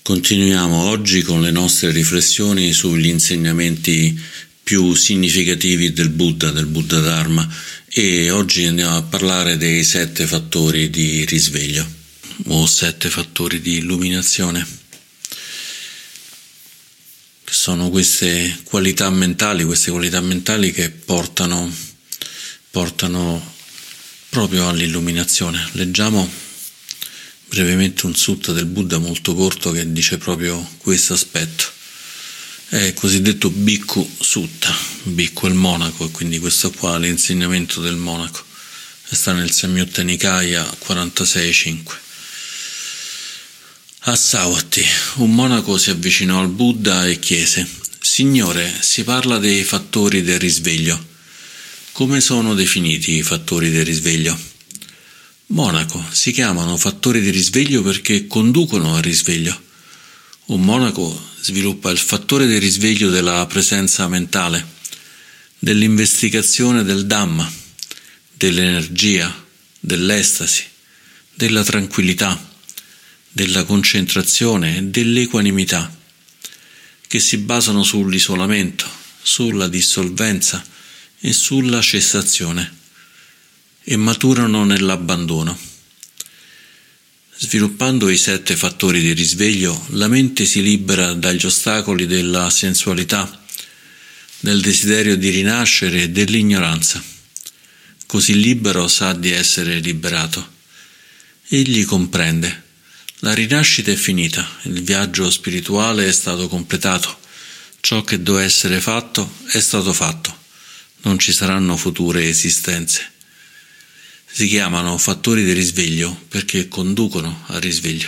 Continuiamo oggi con le nostre riflessioni sugli insegnamenti più significativi del Buddha Dharma, e oggi andiamo a parlare dei 7 fattori di risveglio o 7 fattori di illuminazione, che sono queste qualità mentali che portano proprio all'illuminazione. Leggiamo brevemente un sutta del Buddha molto corto che dice proprio questo aspetto. È il cosiddetto Bhikkhu Sutta. Bhikkhu è il monaco, e quindi questo qua è l'insegnamento del monaco. Sta nel Samyutta Nikaya 46.5. A Savatthi, un monaco si avvicinò al Buddha e chiese: Signore, si parla dei fattori del risveglio. Come sono definiti i fattori del risveglio? Monaco, si chiamano fattori di risveglio perché conducono al risveglio. Un monaco sviluppa il fattore di risveglio della presenza mentale, dell'investigazione del Dhamma, dell'energia, dell'estasi, della tranquillità, della concentrazione e dell'equanimità, che si basano sull'isolamento, sulla dissolvenza e sulla cessazione, e maturano nell'abbandono. Sviluppando i 7 fattori di risveglio, la mente si libera dagli ostacoli della sensualità, del desiderio di rinascere e dell'ignoranza. Così libero sa di essere liberato. Egli comprende: la rinascita è finita, il viaggio spirituale è stato completato, ciò che doveva essere fatto è stato fatto, non ci saranno future esistenze. Si chiamano fattori di risveglio perché conducono al risveglio.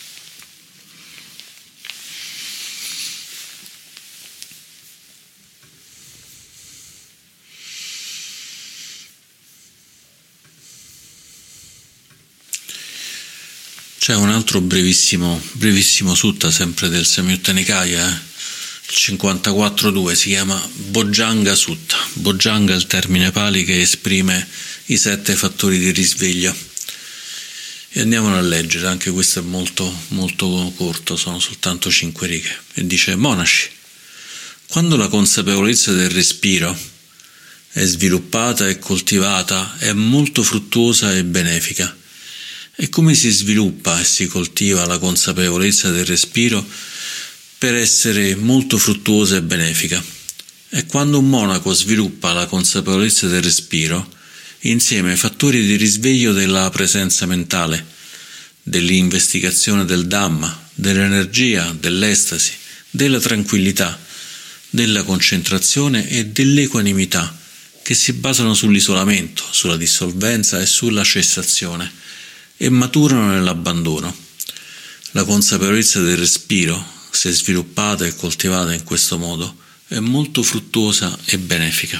C'è un altro brevissimo sutta, sempre del Samyutta Nikaya, il 54.2, si chiama Bojjhanga Sutta. Bojjhanga è il termine pali che esprime i 7 fattori di risveglio. E andiamolo a leggere, anche questo è molto molto corto, sono soltanto 5 righe. E dice: Monaci, quando la consapevolezza del respiro è sviluppata e coltivata, è molto fruttuosa e benefica. E come si sviluppa e si coltiva la consapevolezza del respiro per essere molto fruttuosa e benefica? È quando un monaco sviluppa la consapevolezza del respiro insieme ai fattori di risveglio della presenza mentale, dell'investigazione del Dhamma, dell'energia, dell'estasi, della tranquillità, della concentrazione e dell'equanimità, che si basano sull'isolamento, sulla dissolvenza e sulla cessazione, e maturano nell'abbandono. La consapevolezza del respiro, se sviluppata e coltivata in questo modo, è molto fruttuosa e benefica.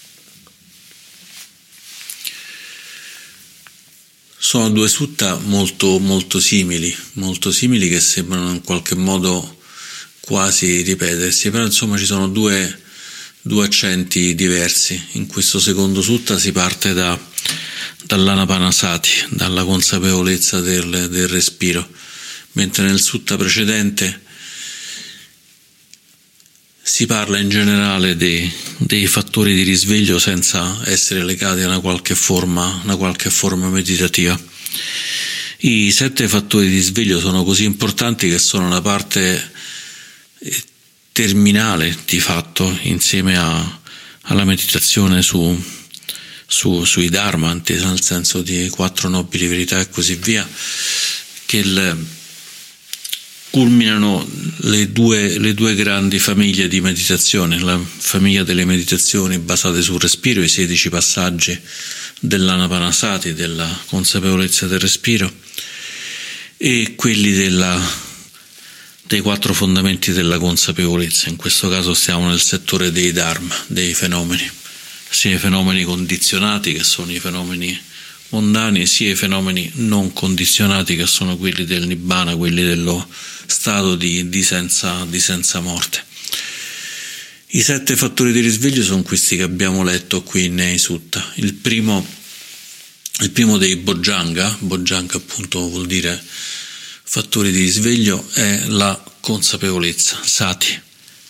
Sono 2 sutta molto molto simili che sembrano in qualche modo quasi ripetersi, però insomma ci sono due accenti diversi. In questo secondo sutta si parte dall'anapanasati, dalla consapevolezza del respiro, mentre nel sutta precedente si parla in generale dei fattori di risveglio senza essere legati a una qualche forma meditativa. I 7 fattori di risveglio sono così importanti che sono la parte terminale di fatto, insieme alla meditazione sui Dharma, intesa nel senso di 4 nobili verità e così via, che culminano le due grandi famiglie di meditazione: la famiglia delle meditazioni basate sul respiro, i 16 passaggi dell'anapanasati, della consapevolezza del respiro, e quelli dei 4 fondamenti della consapevolezza. In questo caso stiamo nel settore dei Dharma, dei fenomeni, sia i fenomeni condizionati, che sono i fenomeni mondani, sia i fenomeni non condizionati, che sono quelli del Nibbana, quelli dello stato di senza morte. I 7 fattori di risveglio sono questi che abbiamo letto qui nei sutta. Il primo dei Bojjhanga appunto vuol dire fattori di risveglio è la consapevolezza, sati.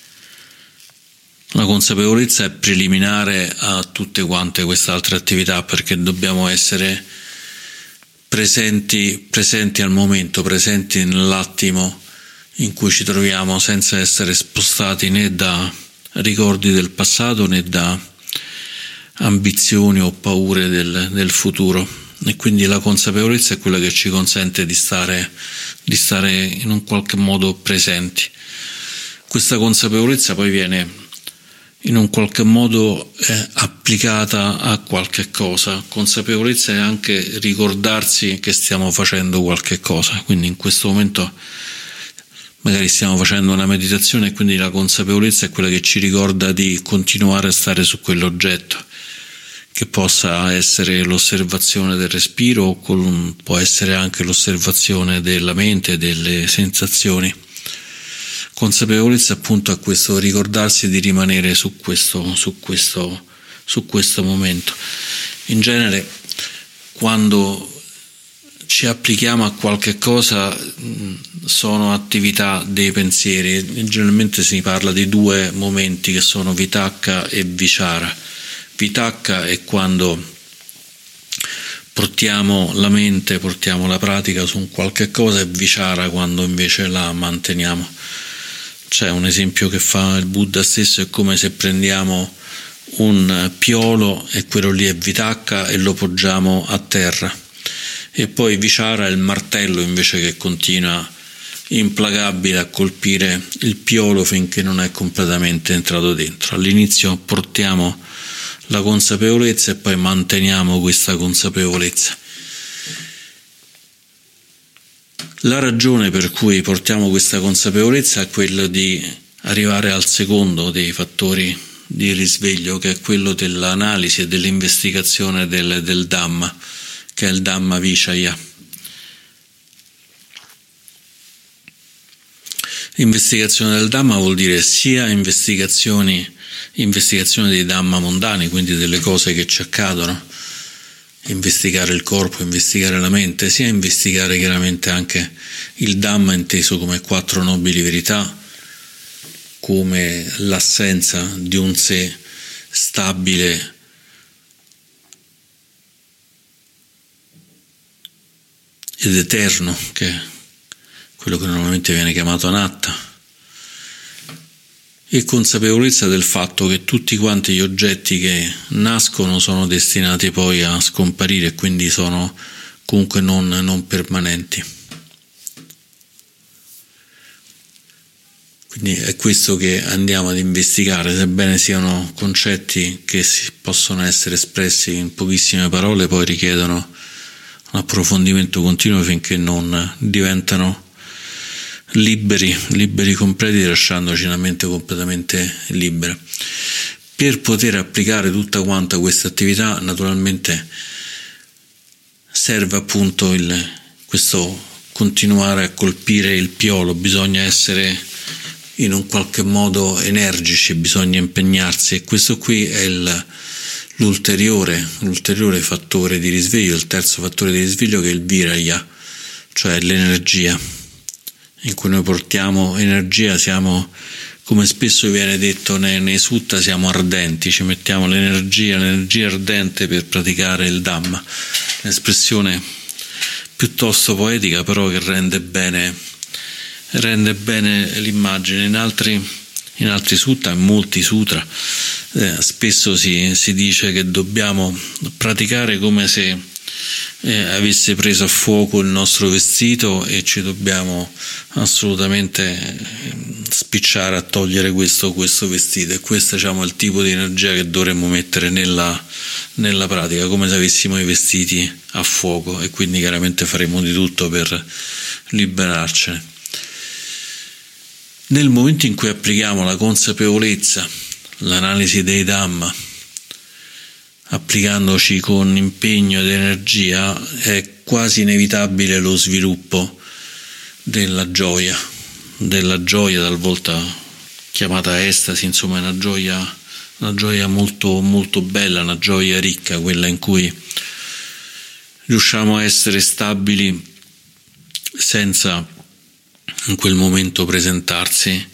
La consapevolezza è preliminare a tutte quante queste altre attività, perché dobbiamo essere presenti al momento, presenti nell'attimo in cui ci troviamo, senza essere spostati né da ricordi del passato né da ambizioni o paure del futuro. E quindi la consapevolezza è quella che ci consente di stare in un qualche modo presenti. Questa consapevolezza poi viene in un qualche modo applicata a qualche cosa. Consapevolezza è anche ricordarsi che stiamo facendo qualche cosa, quindi in questo momento magari stiamo facendo una meditazione e quindi la consapevolezza è quella che ci ricorda di continuare a stare su quell'oggetto, che possa essere l'osservazione del respiro o può essere anche l'osservazione della mente, delle sensazioni. Consapevolezza appunto a questo ricordarsi di rimanere su questo momento. In genere quando ci applichiamo a qualche cosa sono attività dei pensieri. Generalmente si parla di due momenti che sono vitakka e vichara. Vitakka è quando portiamo la mente, portiamo la pratica su un qualche cosa, e vichara quando invece la manteniamo. C'è un esempio che fa il Buddha stesso: è come se prendiamo un piolo e quello lì è vitakka e lo poggiamo a terra, e poi vichara è il martello invece che continua implacabile a colpire il piolo finché non è completamente entrato dentro. All'inizio portiamo la consapevolezza e poi manteniamo questa consapevolezza. La ragione per cui portiamo questa consapevolezza è quella di arrivare al secondo dei fattori di risveglio, che è quello dell'analisi e dell'investigazione del Dhamma, che è il Dhamma Vichaya. Investigazione del Dhamma vuol dire sia investigazione dei Dhamma mondani, quindi delle cose che ci accadono, investigare il corpo, investigare la mente, sia investigare chiaramente anche il Dhamma inteso come 4 nobili verità, come l'assenza di un sé stabile ed eterno, che è quello che normalmente viene chiamato anatta, e consapevolezza del fatto che tutti quanti gli oggetti che nascono sono destinati poi a scomparire e quindi sono comunque non permanenti. Quindi è questo che andiamo ad investigare, sebbene siano concetti che possono essere espressi in pochissime parole, poi richiedono un approfondimento continuo finché non diventano liberi completi, lasciandoci una mente completamente libera. Per poter applicare tutta quanta questa attività, naturalmente serve appunto questo continuare a colpire il piolo, bisogna essere in un qualche modo energici, bisogna impegnarsi, e questo qui è l'ulteriore fattore di risveglio, il terzo fattore di risveglio, che è il viraya, cioè l'energia. In cui noi portiamo energia, siamo, come spesso viene detto nei sutta, siamo ardenti, ci mettiamo l'energia ardente per praticare il Dhamma. Un'espressione piuttosto poetica, però che rende bene l'immagine. In altri sutta, in molti sutra, spesso si dice che dobbiamo praticare come se avesse preso a fuoco il nostro vestito e ci dobbiamo assolutamente spicciare a togliere questo vestito, e questo, diciamo, è il tipo di energia che dovremmo mettere nella pratica, come se avessimo i vestiti a fuoco, e quindi chiaramente faremo di tutto per liberarcene. Nel momento in cui applichiamo la consapevolezza, l'analisi dei Dhamma, applicandoci con impegno ed energia, è quasi inevitabile lo sviluppo della gioia, talvolta chiamata estasi, insomma è una gioia molto, molto bella, una gioia ricca, quella in cui riusciamo a essere stabili senza in quel momento presentarsi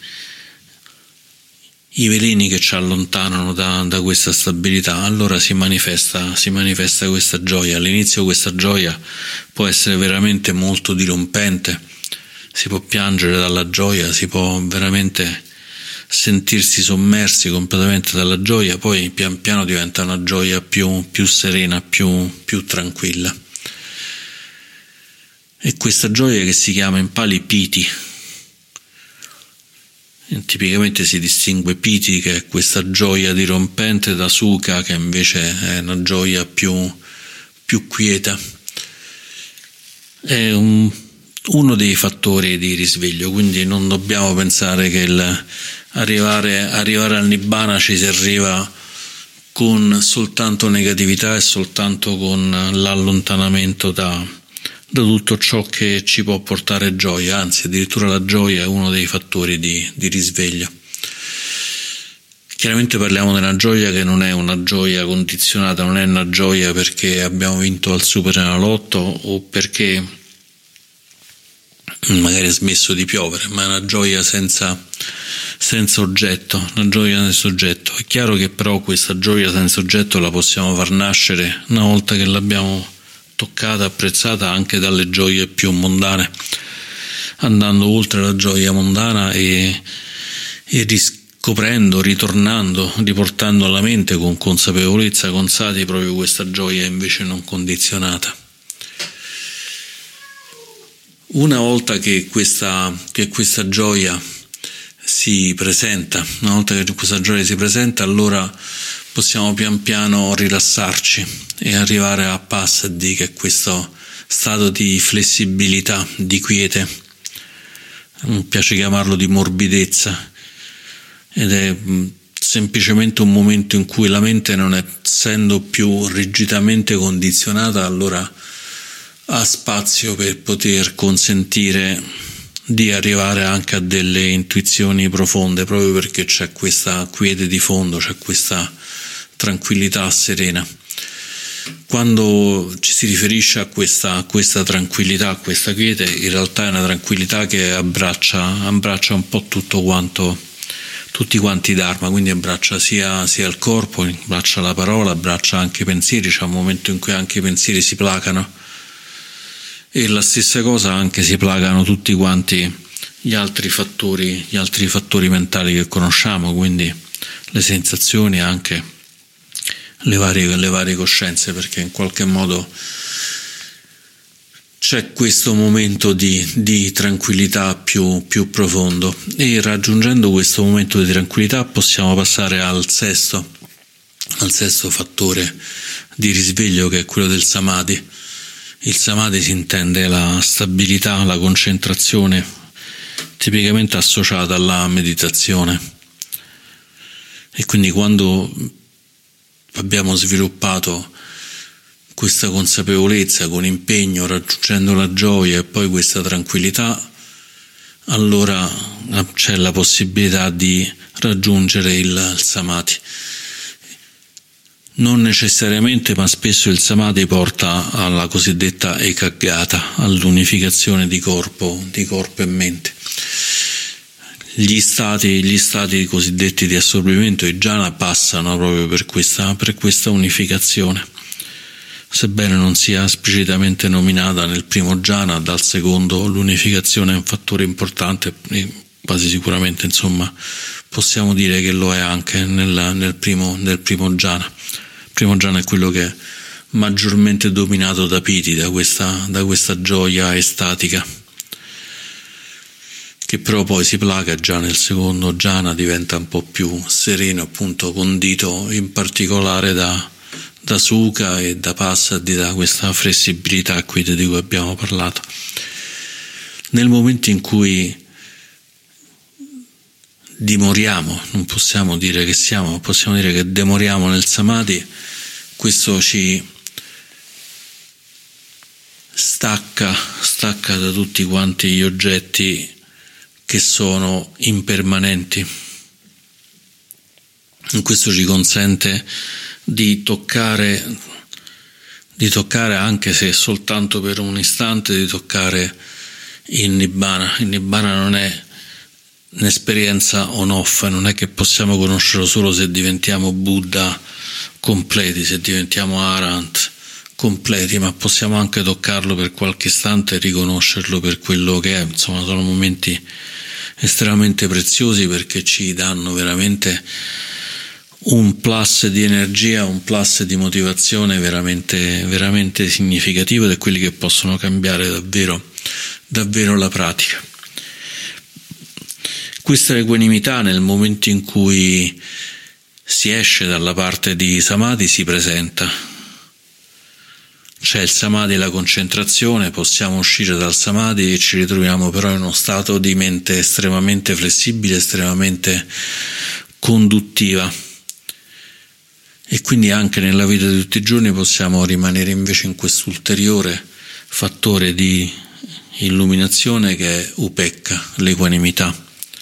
i veleni che ci allontanano da questa stabilità, allora si manifesta questa gioia. All'inizio questa gioia può essere veramente molto dirompente, si può piangere dalla gioia, si può veramente sentirsi sommersi completamente dalla gioia, poi pian piano diventa una gioia più serena, più tranquilla. E questa gioia che si chiama in Pali Piti. Tipicamente si distingue Piti, che è questa gioia dirompente, da Sukha, che invece è una gioia più quieta. È uno dei fattori di risveglio, quindi non dobbiamo pensare che arrivare al Nibbana ci si arriva con soltanto negatività e soltanto con l'allontanamento da tutto ciò che ci può portare gioia, anzi addirittura la gioia è uno dei fattori di risveglio. Chiaramente parliamo della gioia che non è una gioia condizionata, non è una gioia perché abbiamo vinto al Superenalotto o perché magari è smesso di piovere, ma è una gioia senza oggetto, una gioia senza oggetto. È chiaro che però questa gioia senza oggetto la possiamo far nascere una volta che l'abbiamo toccata, apprezzata anche dalle gioie più mondane, andando oltre la gioia mondana e riscoprendo, ritornando, riportando alla mente con consapevolezza, con sati, proprio questa gioia invece non condizionata. Una volta che questa gioia si presenta, allora possiamo pian piano rilassarci e arrivare a Passaddhi, che è questo stato di flessibilità, di quiete. Mi piace chiamarlo di morbidezza, ed è semplicemente un momento in cui la mente, non essendo più rigidamente condizionata, allora ha spazio per poter consentire di arrivare anche a delle intuizioni profonde, proprio perché c'è questa quiete di fondo, c'è questa tranquillità serena. Quando ci si riferisce a questa tranquillità, a questa quiete, in realtà è una tranquillità che abbraccia un po' tutti quanti i Dharma, quindi abbraccia sia il corpo, abbraccia la parola, abbraccia anche i pensieri. C'è un momento in cui anche i pensieri si placano, e la stessa cosa anche si placano tutti quanti gli altri fattori mentali che conosciamo, quindi le sensazioni, anche le varie coscienze, perché in qualche modo c'è questo momento di tranquillità più profondo, e raggiungendo questo momento di tranquillità possiamo passare al sesto fattore di risveglio, che è quello del Samadhi. Il Samadhi si intende la stabilità, la concentrazione, tipicamente associata alla meditazione. E quindi quando abbiamo sviluppato questa consapevolezza con impegno, raggiungendo la gioia e poi questa tranquillità, allora c'è la possibilità di raggiungere il Samadhi. Non necessariamente, ma spesso il Samadhi porta alla cosiddetta Ekaggata, all'unificazione di corpo e mente. Gli stati cosiddetti di assorbimento, i jhana, passano proprio per questa unificazione. Sebbene non sia esplicitamente nominata nel primo jhana, dal secondo l'unificazione è un fattore importante, e quasi sicuramente, insomma, possiamo dire che lo è anche nel primo jhana. Il primo jhana è quello che è maggiormente dominato da Piti, da questa gioia estatica, che però poi si placa già nel secondo jhana, diventa un po' più sereno, appunto condito in particolare da Sukha e da Passaddhi, da questa flessibilità qui di cui abbiamo parlato. Nel momento in cui dimoriamo, non possiamo dire che siamo, ma possiamo dire che demoriamo nel Samadhi, questo ci stacca da tutti quanti gli oggetti che sono impermanenti. Questo ci consente di toccare anche se soltanto per un istante, di toccare in Nibbana. Il Nibbana non è un'esperienza on-off, non è che possiamo conoscerlo solo se diventiamo Buddha completi, se diventiamo Arahant completi, ma possiamo anche toccarlo per qualche istante e riconoscerlo per quello che è. Insomma, sono momenti estremamente preziosi perché ci danno veramente un plus di energia, un plus di motivazione veramente, veramente significativo, ed è quelli che possono cambiare davvero, davvero la pratica. Questa equanimità, nel momento in cui si esce dalla parte di Samadhi, si presenta. C'è il Samadhi, la concentrazione, possiamo uscire dal Samadhi e ci ritroviamo però in uno stato di mente estremamente flessibile, estremamente conduttiva. E quindi anche nella vita di tutti i giorni possiamo rimanere invece in quest'ulteriore fattore di illuminazione che è Upekkha, l'equanimità,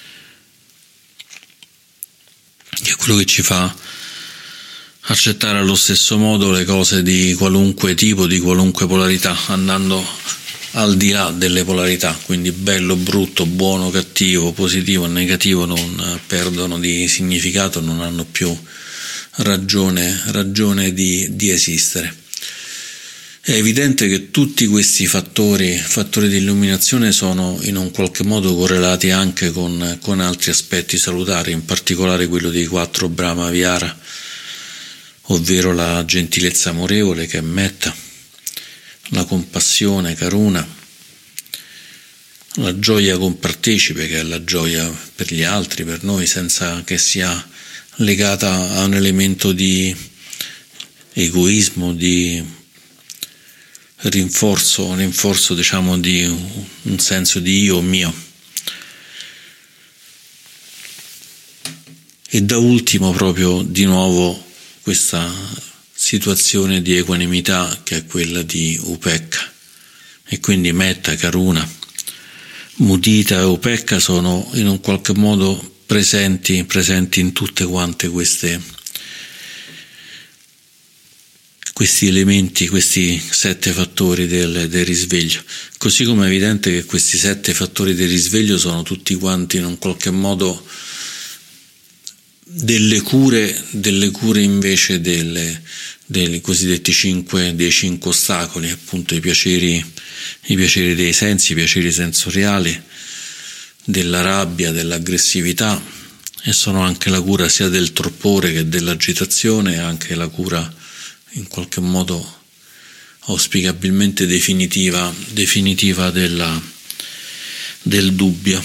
che è quello che ci fa accettare allo stesso modo le cose di qualunque tipo, di qualunque polarità, andando al di là delle polarità, quindi bello, brutto, buono, cattivo, positivo, negativo non perdono di significato, non hanno più ragione di esistere. È evidente che tutti questi fattori di illuminazione sono in un qualche modo correlati anche con altri aspetti salutari, in particolare quello dei 4 Brahma Vihara, ovvero la gentilezza amorevole, che è Metta, la compassione, Karuna, la gioia compartecipe, che è la gioia per gli altri, per noi, senza che sia legata a un elemento di egoismo, di rinforzo diciamo di un senso di io mio. E da ultimo proprio di nuovo questa situazione di equanimità che è quella di Upekkha, e quindi Metta, Karuna, Mudita e Upekkha sono in un qualche modo presenti in tutte quante questi elementi, questi 7 fattori del risveglio. Così come è evidente che questi 7 fattori del risveglio sono tutti quanti in un qualche modo delle cure invece dei cosiddetti 5 ostacoli, appunto i piaceri dei sensi, i piaceri sensoriali, della rabbia, dell'aggressività, e sono anche la cura sia del torpore che dell'agitazione, e anche la cura in qualche modo auspicabilmente definitiva del dubbio.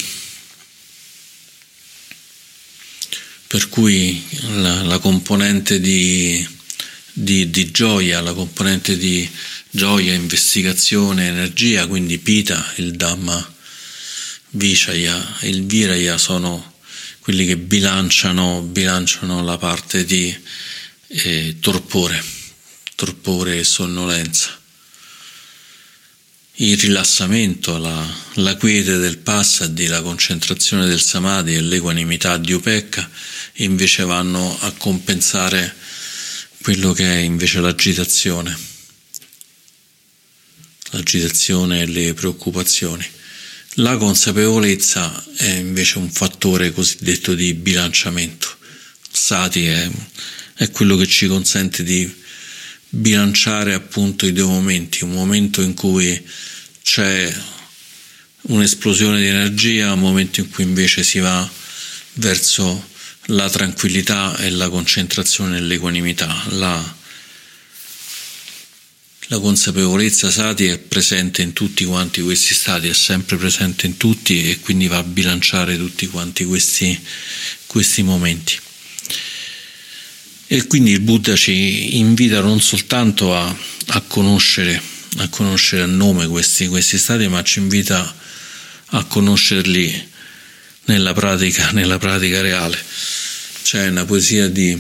Per cui la componente di gioia, la componente di gioia, investigazione, energia, quindi Pita, il Dhamma Vishaya e il Viraya sono quelli che bilanciano la parte di torpore e sonnolenza. Il rilassamento, la quiete del Passadi, la concentrazione del Samadhi e l'equanimità di Upekkha invece vanno a compensare quello che è invece l'agitazione e le preoccupazioni. La consapevolezza è invece un fattore cosiddetto di bilanciamento. Sati è quello che ci consente di bilanciare appunto i 2 momenti, un momento in cui c'è un'esplosione di energia, un momento in cui invece si va verso la tranquillità e la concentrazione e l'equanimità. La consapevolezza Sati è presente in tutti quanti questi stati, è sempre presente in tutti, e quindi va a bilanciare tutti quanti questi momenti. E quindi il Buddha ci invita non soltanto a conoscere a nome questi stati, ma ci invita a conoscerli nella pratica reale. C'è una poesia di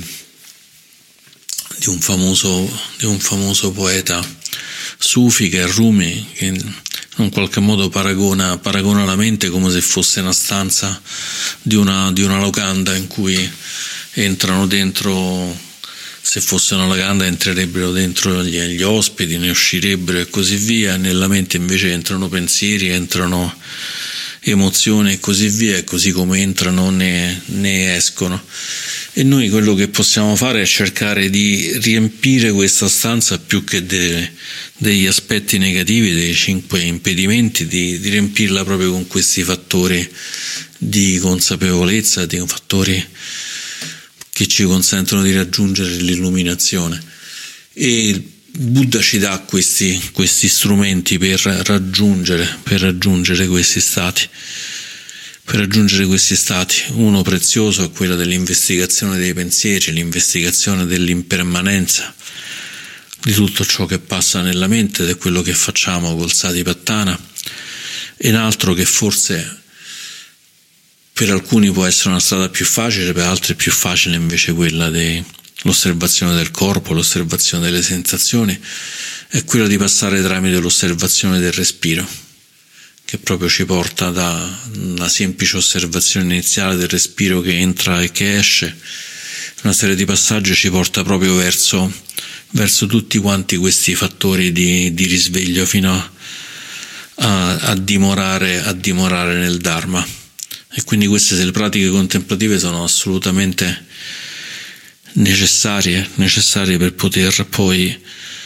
un famoso poeta sufi che è Rumi, che in un qualche modo paragona la mente come se fosse una stanza di una locanda in cui entrano dentro se fosse una locanda entrerebbero dentro gli ospiti, ne uscirebbero e così via. Nella mente invece entrano pensieri, entrano emozioni e così via, e così come entrano ne escono. E noi quello che possiamo fare è cercare di riempire questa stanza, più che degli aspetti negativi, dei 5 impedimenti, di riempirla proprio con questi fattori di consapevolezza, di fattori che ci consentono di raggiungere l'illuminazione. E il Buddha ci dà questi strumenti per raggiungere questi stati. Per raggiungere questi stati, uno prezioso è quello dell'investigazione dei pensieri, l'investigazione dell'impermanenza di tutto ciò che passa nella mente, ed è quello che facciamo col Satipatthana. E un altro che forse per alcuni può essere una strada più facile, per altri è più facile invece quella dell'osservazione del corpo, l'osservazione delle sensazioni, è quello di passare tramite l'osservazione del respiro, che proprio ci porta da una semplice osservazione iniziale del respiro che entra e che esce. Una serie di passaggi ci porta proprio verso tutti quanti questi fattori di risveglio, fino a dimorare nel Dharma. E quindi queste le pratiche contemplative sono assolutamente necessarie per poter poi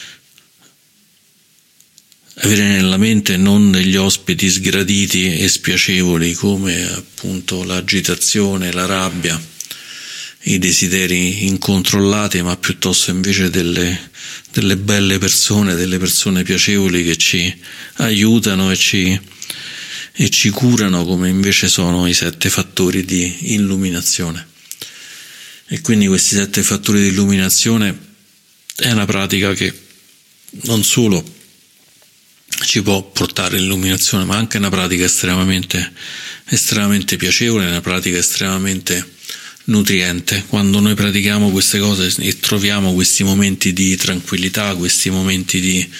avere nella mente non degli ospiti sgraditi e spiacevoli come appunto l'agitazione, la rabbia, i desideri incontrollati, ma piuttosto invece delle belle persone, delle persone piacevoli che ci aiutano e ci curano, come invece sono i 7 fattori di illuminazione. E quindi questi 7 fattori di illuminazione è una pratica che non solo ci può portare l'illuminazione, ma anche una pratica estremamente piacevole, una pratica estremamente nutriente. Quando noi pratichiamo queste cose e troviamo questi momenti di tranquillità, questi momenti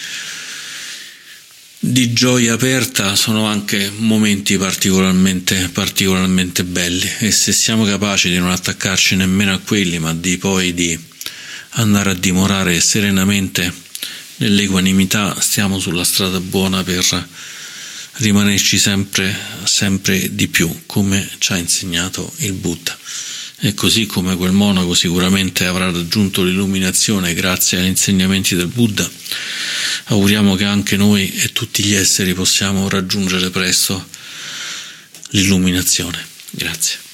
di gioia aperta, sono anche momenti particolarmente belli, e se siamo capaci di non attaccarci nemmeno a quelli, ma di andare a dimorare serenamente nell'equanimità, stiamo sulla strada buona per rimanerci sempre di più, come ci ha insegnato il Buddha. E così come quel monaco sicuramente avrà raggiunto l'illuminazione grazie agli insegnamenti del Buddha, auguriamo che anche noi e tutti gli esseri possiamo raggiungere presto l'illuminazione. Grazie.